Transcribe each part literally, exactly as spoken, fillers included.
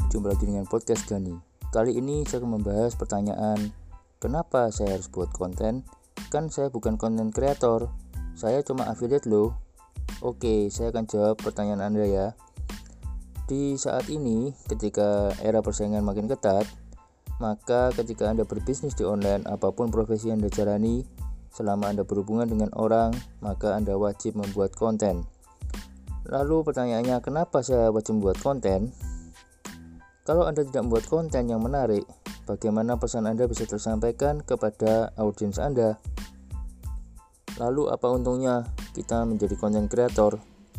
jumpa lagi dengan podcast Gani. Kali ini saya akan membahas pertanyaan, kenapa saya harus buat konten? Kan saya bukan konten kreator, saya cuma affiliate loh. Oke, saya akan jawab pertanyaan Anda ya. Di saat ini, ketika era persaingan makin ketat, maka ketika Anda berbisnis di online, apapun profesi yang Anda jalani, selama Anda berhubungan dengan orang, maka Anda wajib membuat konten. Lalu pertanyaannya, kenapa saya wajib membuat konten? Kalau Anda tidak membuat konten yang menarik, bagaimana pesan Anda bisa tersampaikan kepada audiens Anda? Lalu apa untungnya kita menjadi konten kreator?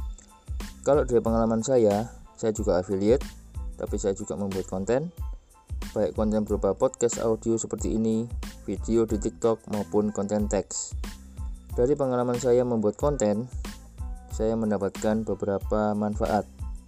Kalau dari pengalaman saya, saya juga affiliate, tapi saya juga membuat konten, baik konten berupa podcast audio seperti ini, video di TikTok maupun konten teks. Dari pengalaman saya membuat konten, saya mendapatkan beberapa manfaat.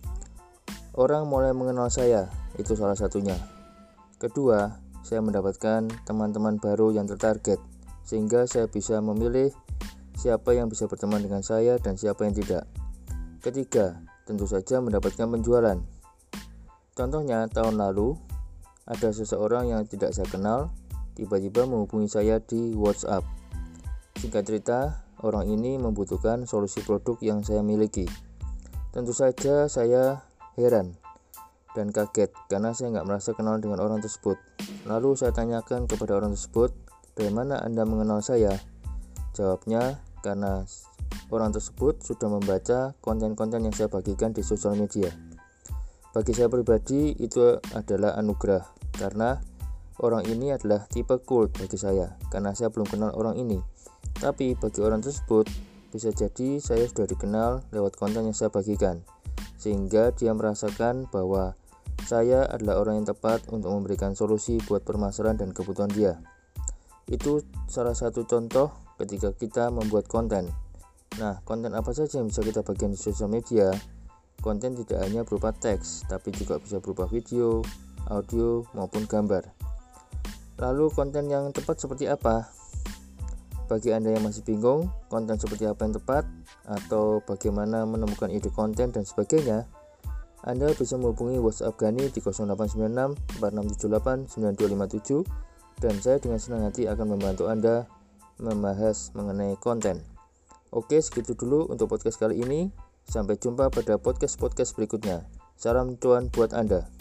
Orang mulai mengenal saya, itu salah satunya. Kedua, saya mendapatkan teman-teman baru yang tertarget, sehingga saya bisa memilih siapa yang bisa berteman dengan saya dan siapa yang tidak. Ketiga, tentu saja mendapatkan penjualan. Contohnya, tahun lalu ada seseorang yang tidak saya kenal tiba-tiba menghubungi saya di WhatsApp. Singkat cerita, orang ini membutuhkan solusi produk yang saya miliki. Tentu saja saya heran dan kaget karena saya nggak merasa kenal dengan orang tersebut. Lalu saya tanyakan kepada orang tersebut, dari mana Anda mengenal saya? Jawabnya, karena orang tersebut sudah membaca konten-konten yang saya bagikan di sosial media. Bagi saya pribadi itu adalah anugerah, karena orang ini adalah tipe cool bagi saya, karena saya belum kenal orang ini. Tapi bagi orang tersebut, bisa jadi saya sudah dikenal lewat konten yang saya bagikan, sehingga dia merasakan bahwa saya adalah orang yang tepat untuk memberikan solusi buat permasalahan dan kebutuhan dia. Itu salah satu contoh ketika kita membuat konten. Nah, konten apa saja yang bisa kita bagikan di sosial media? Konten tidak hanya berupa teks, tapi juga bisa berupa video, audio, maupun gambar. Lalu konten yang tepat seperti apa? Bagi Anda yang masih bingung, konten seperti apa yang tepat, atau bagaimana menemukan ide konten dan sebagainya, Anda bisa menghubungi WhatsApp Gani di nol delapan sembilan enam empat enam tujuh delapan sembilan dua lima tujuh, dan saya dengan senang hati akan membantu Anda membahas mengenai konten. Oke, segitu dulu untuk podcast kali ini. Sampai jumpa pada podcast-podcast berikutnya. Salam cuan buat Anda.